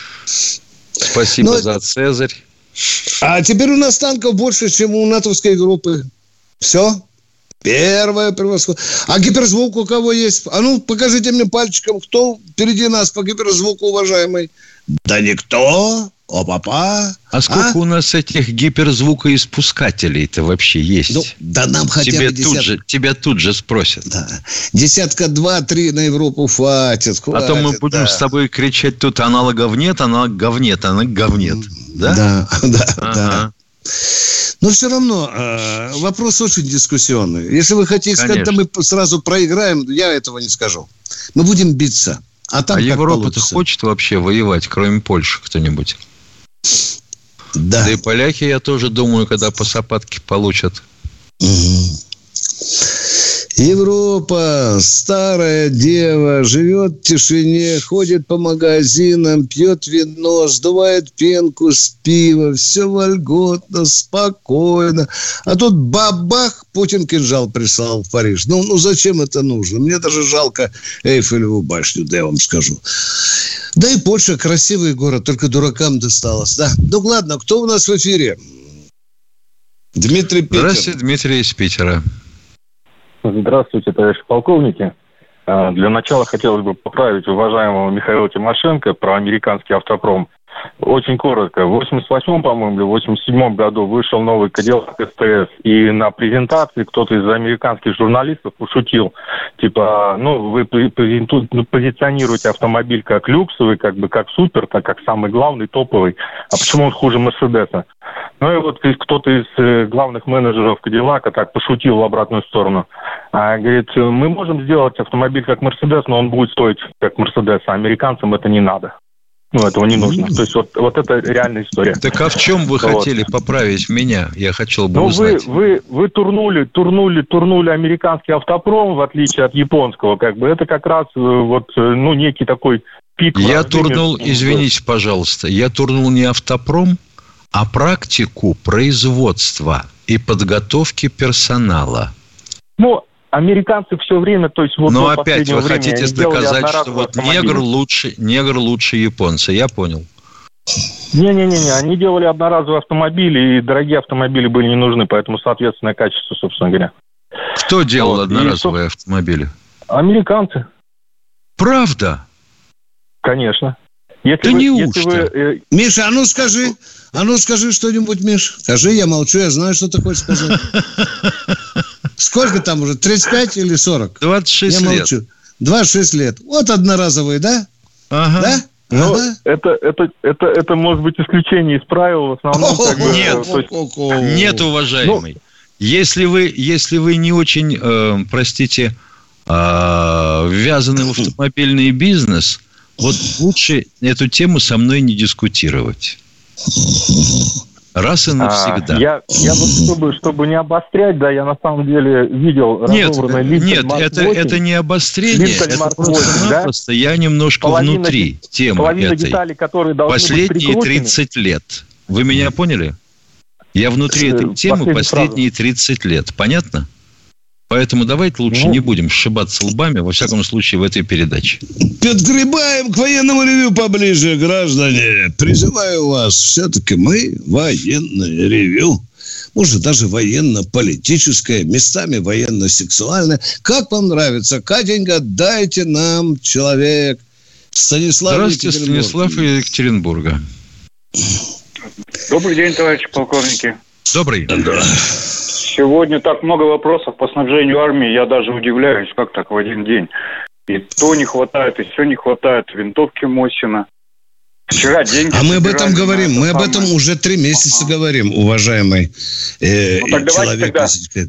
Спасибо Но... за Цезарь. А теперь у нас танков больше, чем у натовской группы. Все. Первое превосходство. А гиперзвук у кого есть? А ну, покажите мне пальчиком, кто впереди нас по гиперзвуку, уважаемый. Да никто. О-папа. А сколько а? у нас этих гиперзвукоиспускателей-то вообще есть? Ну, да нам хотя Тебе бы десят... тут же, тебя тут же спросят. Да. Десятка два-три на Европу хватит, хватит. А то мы будем да. с тобой кричать, тут аналогов нет, аналогов нет, аналогов нет. Да? Да, да, ага. да. Но все равно э, вопрос очень дискуссионный. Если вы хотите сказать, да мы сразу проиграем, я этого не скажу. Мы будем биться. А, там а Европа-то получится. Хочет вообще воевать, кроме Польши кто-нибудь? Да. Да и поляки, я тоже думаю, когда по сапатке получат. Угу. Европа, старая дева, живет в тишине, ходит по магазинам, пьет вино, сдувает пенку с пива, все вольготно, спокойно. А тут бабах, Путин кинжал прислал в Париж. Ну, ну зачем это нужно? Мне даже жалко Эйфелеву башню, да я вам скажу. Да и Польша красивый город, только дуракам досталось. Да. Ну ладно, кто у нас в эфире? Дмитрий Питер. Здравствуйте, Дмитрий из Питера. Здравствуйте, товарищи полковники. Для начала хотелось бы поправить уважаемого Михаила Тимошенко про американский автопром. Очень коротко. В восемьдесят восьмом, по-моему, или в восемьдесят седьмом году вышел новый Кадиллак эс тэ эс. И на презентации кто-то из американских журналистов пошутил. Типа, ну, вы позиционируете автомобиль как люксовый, как бы как супер, так как самый главный, топовый. А почему он хуже Мерседеса? Ну и вот кто-то из главных менеджеров Кадиллака так пошутил в обратную сторону. А, говорит, мы можем сделать автомобиль как Мерседес, но он будет стоить как Мерседес, а американцам это не надо. Ну, этого не нужно. То есть, вот, вот это реальная история. Так а в чем вы вот. хотели поправить меня? Я хотел бы ну, узнать. Вы, вы, вы турнули, турнули, турнули американский автопром, в отличие от японского, как бы. Это как раз вот, ну, некий такой пик. Я турнул, извините, пожалуйста, я турнул не автопром, а практику производства и подготовки персонала. Ну, американцы все время, то есть вот но опять вы хотите доказать, что вот негр лучше, негр лучше японца, я понял. Не-не-не, они делали одноразовые автомобили, и дорогие автомобили были не нужны, поэтому соответственное качество, собственно говоря. Кто делал вот. одноразовые и, автомобили? Американцы. Правда? Конечно. Если да вы, неужто? Если вы, э... Миша, а ну скажи, а ну скажи что-нибудь, Миш. Скажи, я молчу, я знаю, что ты хочешь сказать. Сколько там уже? тридцать пять или сорок? двадцать шесть я лет. молчу. двадцать шесть лет. Вот одноразовые, да? Ага. Да? Ну, Ага. это, это, это, это может быть исключение из правил, в основном... Как бы, Нет, то есть... нет, уважаемый. Ну, если вы, если вы не очень, э, простите, э, ввязаны в автомобильный бизнес, вот лучше эту тему со мной не дискутировать. Раз и навсегда. А, я, я вот, чтобы, чтобы не обострять, да, я на самом деле видел нет, разобранный Линкольн нет, Марк это, восемь. Это не обострение, Линкольн это Марк просто-напросто да? я немножко половина, внутри темы половина этой. Деталей, которые должны последние быть тридцать лет. Вы меня поняли? Я внутри этой темы последние тридцать лет. Понятно? Поэтому давайте лучше ну, не будем сшибаться лбами, во всяком случае, в этой передаче. Подгребаем к военному ревью поближе, граждане. Призываю вас, все-таки мы военное ревью. Может, даже военно-политическое, местами военно-сексуальное. Как вам нравится? Катенька, дайте нам человек. Станислав Здравствуйте, Станислав из Екатеринбурга. Добрый день, товарищи полковники. Добрый. Да. Сегодня так много вопросов по снабжению армии, я даже удивляюсь, как так в один день. И то не хватает, и все не хватает, винтовки Мосина. Вчера деньги... А мы об этом говорим, мы об этом уже три месяца ага. говорим, уважаемый э, ну, так человек. Тогда,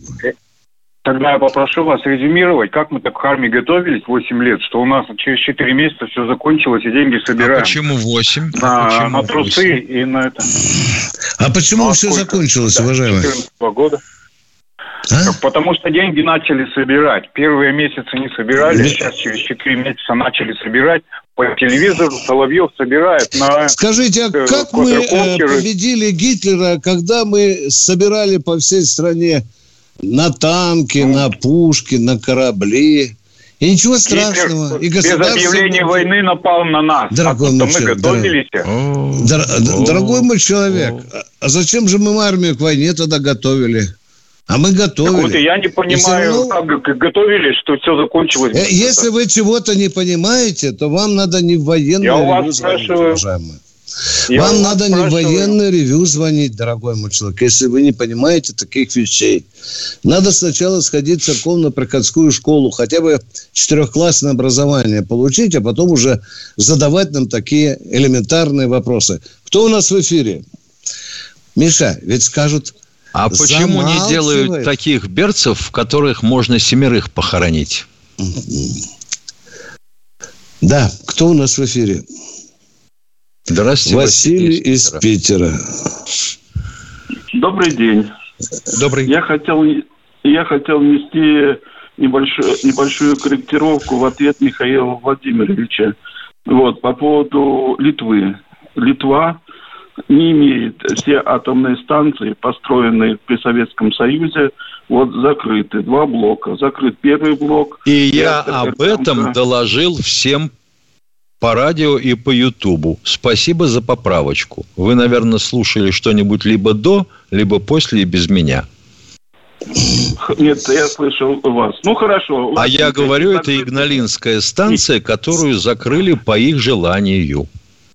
тогда я попрошу вас резюмировать, как мы так к армии готовились восемь лет, что у нас через четыре месяца все закончилось, и деньги собираем. А почему восемь? На, почему на трусы восемь? И на это. А почему ну, все сколько? закончилось, да, уважаемый? четырнадцатого года. А? Потому что деньги начали собирать. Первые месяцы не собирали, а сейчас через четыре месяца начали собирать. По телевизору Соловьев собирает на... Скажите, а как мы э, победили Гитлера, когда мы собирали по всей стране на танки, ну, на пушки, на корабли? И ничего страшного. Гитлер и без объявления войны напал на нас. Дорогой а мой мы человек, готовились. Дор- дорогой мой человек, а зачем же мы армию к войне тогда готовили? А мы готовили. Так вот, я не понимаю, равно... как готовились, что все закончилось. Если вы чего-то не понимаете, то вам надо не в военное я ревью у вас звонить, спрашиваю. уважаемые. Я вам надо спрашиваю. не в военное ревью звонить, дорогой мой человек, если вы не понимаете таких вещей. Надо сначала сходить в церковно-приходскую школу, хотя бы четырехклассное образование получить, а потом уже задавать нам такие элементарные вопросы. Кто у нас в эфире? Миша, ведь скажут... А почему не делают таких берцев, в которых можно семерых похоронить? Да, кто у нас в эфире? Здравствуйте, Василий, Василий из Питера. Добрый день. Добрый. Я хотел, я хотел внести небольшую, небольшую корректировку в ответ Михаила Владимировича. Вот, по поводу Литвы. Литва не имеет все атомные станции, построенные при Советском Союзе, вот закрыты. Два блока. Закрыт первый блок. И я об этом доложил всем по радио и по Ютубу. Спасибо за поправочку. Вы, наверное, слушали что-нибудь либо до, либо после и без меня. Нет, я слышал вас. Ну, хорошо. А я говорю, это Игналинская станция, которую закрыли по их желанию.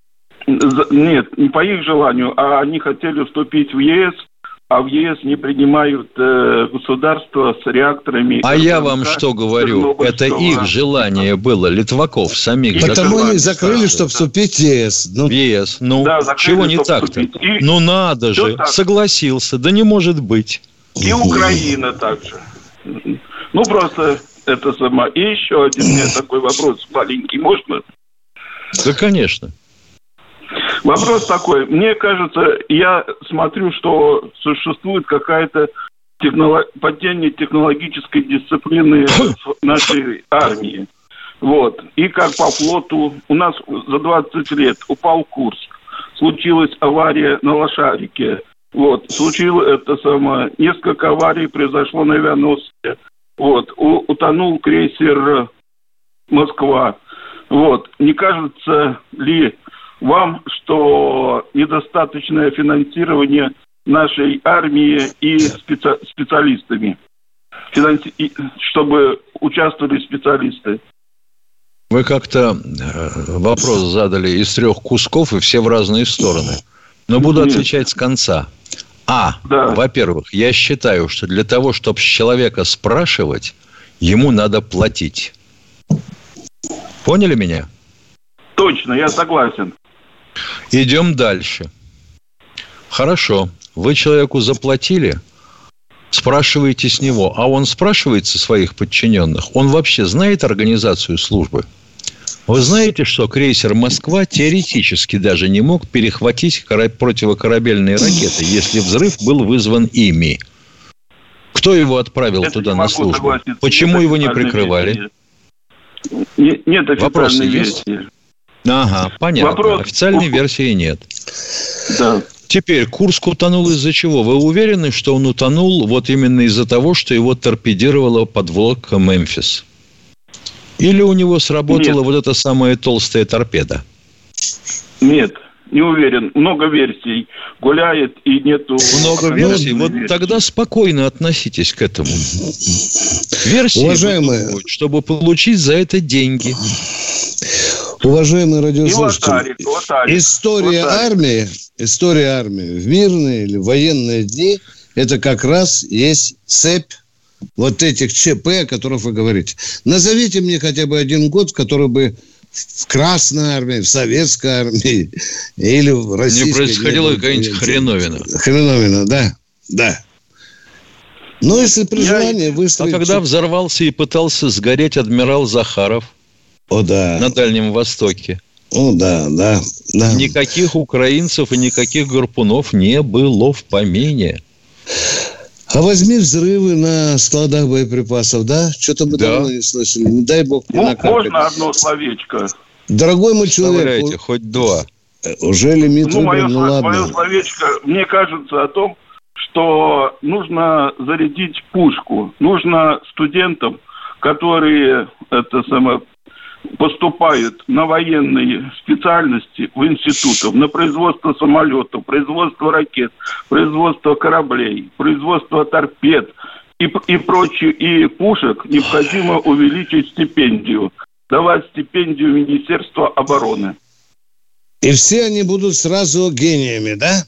Нет, не по их желанию, а они хотели вступить в ЕС, а в ЕС не принимают э, государства с реакторами. А я вам что говорю, это их желание было, литваков самих. Потому они закрыли, чтобы вступить в ЕС. Ну, в ЕС, ну, да, закрыли, чего не так-то? И... Ну, надо же, так. Согласился, да не может быть. И Украина также. Ну, просто это сама. И еще один у меня такой вопрос маленький, можно? Да, конечно. Вопрос такой. Мне кажется, я смотрю, что существует какая-то технолог... падение технологической дисциплины в нашей армии. Вот. И как по флоту. У нас за двадцать лет упал Курск. Случилась авария на Лошарике. Вот. Случилось это самое. Несколько аварий произошло на авианосце. Вот. У... Утонул крейсер Москва. Вот. Не кажется ли вам, что недостаточное финансирование нашей армии и специ... специалистами, Финанси... чтобы участвовали специалисты? Вы как-то вопрос задали из трех кусков и все в разные стороны. Но буду Нет. отвечать с конца. А, да. Во-первых, я считаю, что для того, чтобы с человека спрашивать, ему надо платить. Поняли меня? Точно, я согласен. Идем дальше. Хорошо. Вы человеку заплатили, спрашиваете с него, а он спрашивает со своих подчиненных, он вообще знает организацию службы? Вы знаете, что крейсер «Москва» теоретически даже не мог перехватить противокорабельные ракеты, если взрыв был вызван ими? Кто его отправил Это туда на службу? Согласиться. Почему нет его не прикрывали? Нет, нет официальной Вопросы версии. Есть? Ага, понятно. Вопрос... Официальной версии нет. Да. Теперь, Курск утонул из-за чего? Вы уверены, что он утонул вот именно из-за того, что его торпедировала подлодка «Мемфис»? Или у него сработала Нет. вот эта самая толстая торпеда? Нет, не уверен. Много версий гуляет и нету... Много версий? Вот версий. Тогда спокойно относитесь к этому. Версии, уважаемые, выдумывают, чтобы получить за это деньги. Уважаемые радиослушатели, лотарик, лотарик, история лотарик. армии, история армии в мирные или военные дни, это как раз есть цепь вот этих ЧП, о которых вы говорите. Назовите мне хотя бы один год, в который бы в Красной армии, в Советской армии или в Российской... Не происходила какая-нибудь хреновина. Хреновина, да, да. Но если при желании Я... выстроить... А когда взорвался и пытался сгореть адмирал Захаров О, да. на Дальнем Востоке? О, да, да, да. Никаких украинцев и никаких гарпунов не было в помине. А возьми взрывы на складах боеприпасов, да? Что-то мы да. давно не слышали. Не дай бог не ну, накапать. Можно одно словечко? Дорогой мой человек... Вставляйте, хоть два. Уже лимит ну, выбран, мое, ну ладно. Мое словечко, мне кажется, о том, что нужно зарядить пушку. Нужно студентам, которые это самое, поступают на военные специальности в институтах, на производство самолетов, производство ракет, производство кораблей, производство торпед и, и прочее, и пушек, необходимо увеличить стипендию, давать стипендию Министерства обороны. И все они будут сразу гениями, да?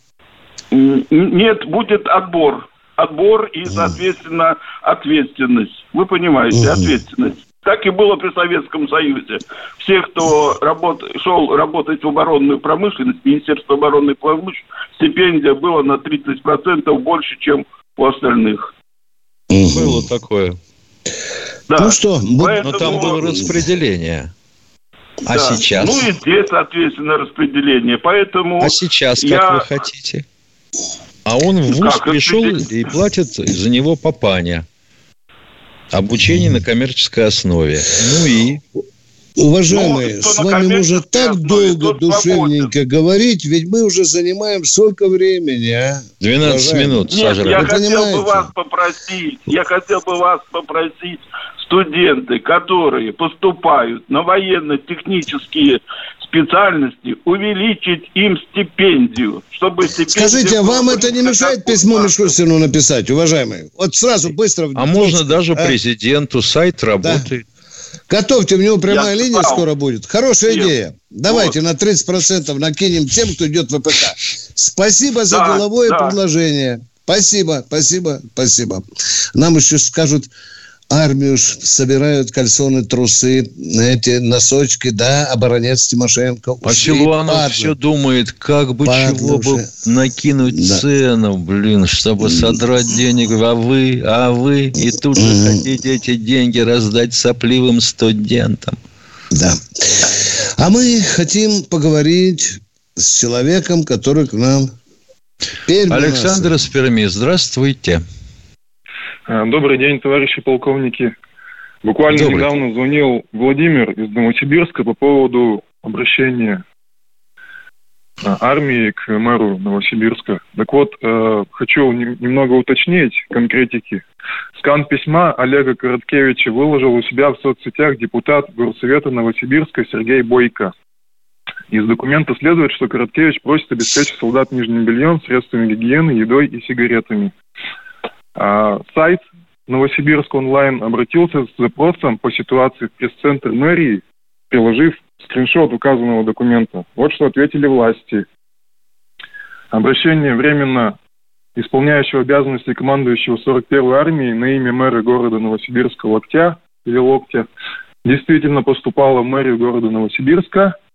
Нет, будет отбор. Отбор и, соответственно, ответственность. Вы понимаете, ответственность. Так и было при Советском Союзе. Все, кто работ... шел работать в оборонную промышленность, Министерство оборонной промышленности, стипендия была на тридцать процентов больше, чем у остальных. Было такое. Да. Ну что, Поэтому... но там было распределение. А да. сейчас? Ну и здесь, соответственно, распределение. Поэтому а сейчас как я... вы хотите? А он в вуз как пришел и платит за него папаня. Обучение на коммерческой основе. Ну и... Уважаемые, ну, с вами можно так долго, душевненько свободен. говорить, ведь мы уже занимаем столько времени, а? двенадцать минут, Нет, Сажа. я Вы хотел понимаете? бы вас попросить, я хотел бы вас попросить, студенты, которые поступают на военно-технические специальности, увеличить им стипендию, чтобы стипендия... Скажите, а вам это не мешает письмо Мишустину написать, уважаемые? Вот сразу, быстро... А можно даже а? президенту, сайт работает. Да. Готовьте, у него прямая Я линия сказал. скоро будет. Хорошая Нет. идея. Давайте вот. на тридцать процентов накинем тем, кто идет в ВПК. Спасибо за да, деловое да. предложение. Спасибо, спасибо, спасибо. Нам еще скажут... Армию собирают кальсоны, трусы, эти носочки, да, оборонец Тимошенко. А Силуанов все думает, как бы падлы чего уже. бы накинуть да. цену, блин, чтобы содрать денег, а вы, а вы, и тут же mm-hmm. хотите эти деньги раздать сопливым студентам. Да. А мы хотим поговорить с человеком, который к нам... Александр из Перми, здравствуйте. Добрый день, товарищи полковники. Буквально Добрый. недавно звонил Владимир из Новосибирска по поводу обращения армии к мэру Новосибирска. Так вот, э, хочу немного уточнить конкретики. Скан письма Олега Короткевича выложил у себя в соцсетях депутат Горсовета Новосибирска Сергей Бойко. Из документа следует, что Короткевич просит обеспечить солдат нижним бельем, средствами гигиены, едой и сигаретами. А сайт Новосибирск онлайн обратился с запросом по ситуации в пресс-центр мэрии, приложив скриншот указанного документа. Вот что ответили власти. Обращение временно исполняющего обязанности командующего сорок первой армией на имя мэра города Новосибирска Локтя или Локтя действительно поступало в мэрию города Новосибирска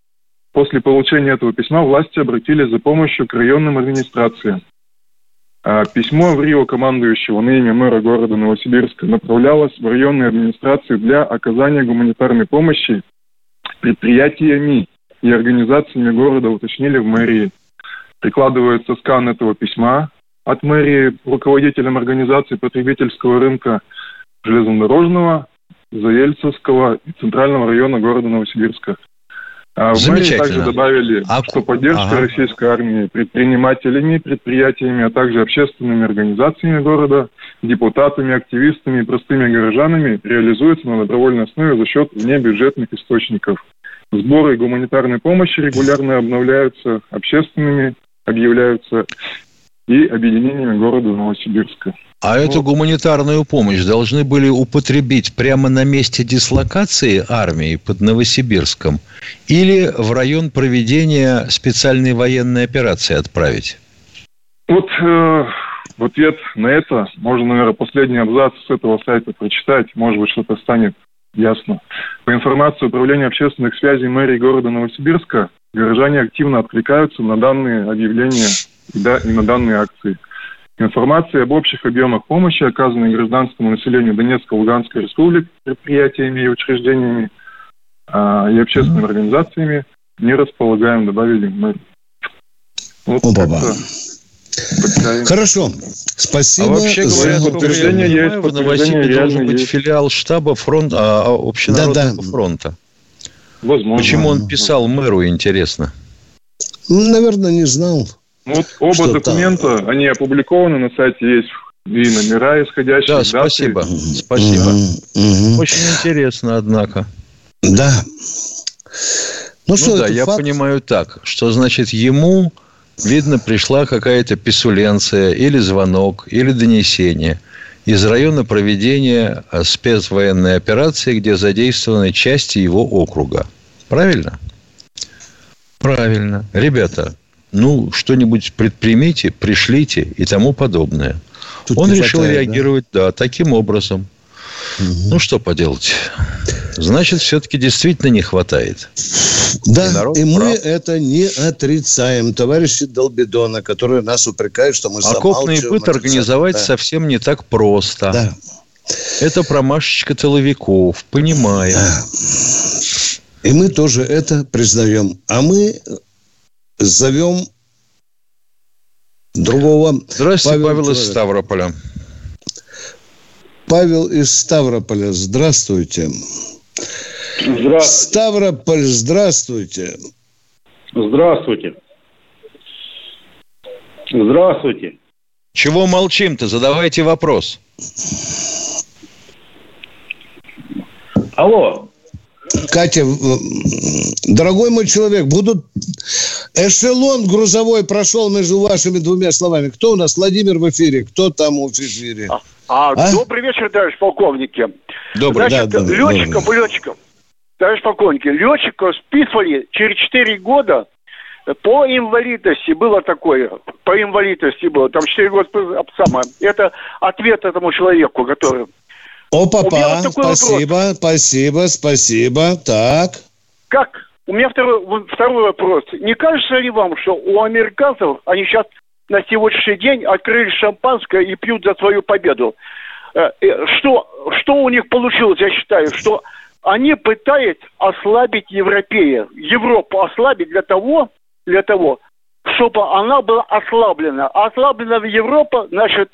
После получения этого письма власти обратились за помощью к районным администрациям. А письмо в Рио командующего на имя мэра города Новосибирска направлялось в районные администрации для оказания гуманитарной помощи предприятиями и организациями города, уточнили в мэрии. Прикладывается скан этого письма от мэрии руководителям организации потребительского рынка железнодорожного, Заельцевского и Центрального района города Новосибирска. А в мэрии также добавили, а... что поддержка ага. российской армии предпринимателями, предприятиями, а также общественными организациями города, депутатами, активистами и простыми горожанами реализуется на добровольной основе за счет внебюджетных источников. Сборы гуманитарной помощи регулярно обновляются общественными, объявляются и объединениями города Новосибирска. А вот. Эту гуманитарную помощь должны были употребить прямо на месте дислокации армии под Новосибирском или в район проведения специальной военной операции отправить? Вот э, в ответ на это можно, наверное, последний абзац с этого сайта прочитать. Может быть, что-то станет ясно. По информации Управления общественных связей мэрии города Новосибирска, горожане активно откликаются на данные объявления и, да, и на данные акции. Информация об общих объемах помощи, оказанной гражданскому населению Донецкой и Луганской республик предприятиями и учреждениями а, и общественными организациями не располагаем, добавили мы. Вот Хорошо. Спасибо. А вообще говоря, подтверждение есть, в Новосибирске должен быть есть. Филиал штаба фронта, а, общенародного да, да. фронта. Возможно. Почему он писал мэру, интересно? Наверное, не знал. Вот оба что документа, там? Они опубликованы на сайте, есть и номера исходящие. Да, спасибо. Даты. Спасибо. Угу. Очень интересно, однако. Да. Ну, ну что, да, я факт? Понимаю так, что значит ему, видно, пришла какая-то писуленция или звонок, или донесение из района проведения спецвоенной операции, где задействованы части его округа. Правильно? Правильно. Ребята, ну, что-нибудь предпримите, пришлите и тому подобное. Тут Он решил хватает, реагировать, да? да, таким образом. Угу. Ну, что поделать. Значит, все-таки действительно не хватает. Да, и, и мы это не отрицаем, товарищи Долбидона, которые нас упрекают, что мы замалчиваем. Окопный быт организовать да. совсем не так просто. Да. Это промашечка тыловиков, понимаем. Да. И мы тоже это признаем. А мы зовем другого. Здравствуйте, Павел, Павел из Ставрополя. Павел из Ставрополя, здравствуйте. Здравствуйте. Ставрополь, здравствуйте. Здравствуйте. Здравствуйте. Чего молчим-то? Задавайте вопрос. Алло. Катя, дорогой мой человек, будут... Эшелон грузовой прошел между вашими двумя словами. Кто у нас? Владимир в эфире. Кто там в эфире? А, а, а? Добрый вечер, товарищ полковники. Добрый. Значит, да, да, летчиков, добрый. летчиков, товарищ полковники, летчиков списывали через четыре года по инвалидности. Было такое. По инвалидности было. Там четыре года самое. Это ответ этому человеку, который... Опа-па, вот спасибо, вопрос. спасибо, спасибо. Так. Как? У меня второй, второй вопрос. Не кажется ли вам, что у американцев, они сейчас на сегодняшний день открыли шампанское и пьют за свою победу? Что, что у них получилось, я считаю, что они пытаются ослабить европея, Европу ослабить для того, для того, чтобы она была ослаблена. А ослаблена Европа, значит,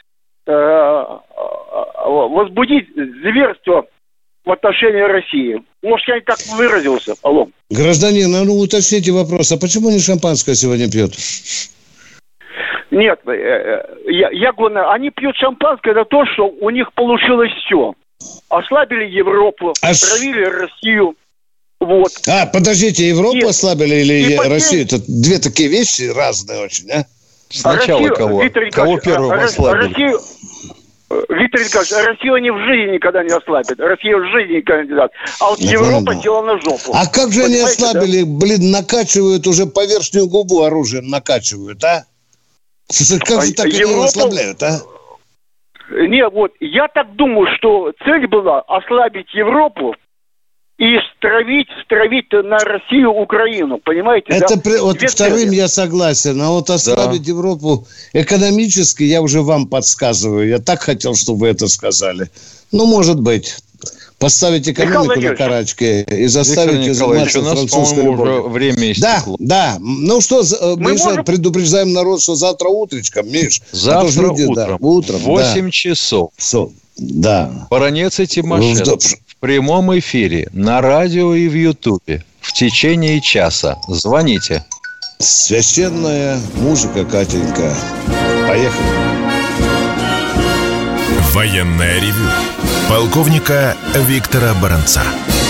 возбудить зверство в отношении России. Может, я не так выразился. Алло. Гражданин, ну уточните вопрос. А почему не шампанское сегодня пьют? Нет, я, я говорю, они пьют шампанское за то, что у них получилось все. Ослабили Европу, а отравили ш... Россию. Вот. А, подождите, Европу и, ослабили или и Россию? Это две такие вещи разные очень, а? Сначала Россию, кого? Виктор Кого первым а, ослабили? Россию, Виктор Николаевич, Россию они в жизни никогда не ослабят. Россия в жизни никогда не даст. А вот я Европа понял. Села на жопу. А как же они ослабили? Да? Блин, накачивают уже по верхнюю губу оружием, накачивают, а? Как же так Европу... они ослабляют, а? Не, вот, я так думаю, что цель была ослабить Европу и стравить, стравить на Россию, Украину, понимаете? Это да? при, вот Две вторым цели. я согласен, а вот ослабить да. Европу экономически я уже вам подсказываю. Я так хотел, чтобы вы это сказали. Ну, может быть. Поставить экономику на карачке и заставить ее заниматься французской любовью. Время истекло. Да, да. Ну что, мы, мы можем... предупреждаем народ, что завтра утречком, Миш. Завтра люди, утром, да, утром, восемь да. часов. So, да. Баронец и Тимошенко в прямом эфире на радио и в Ютубе в течение часа. Звоните. Священная музыка, Катенька. Поехали. Военное ревю полковника Виктора Баранца.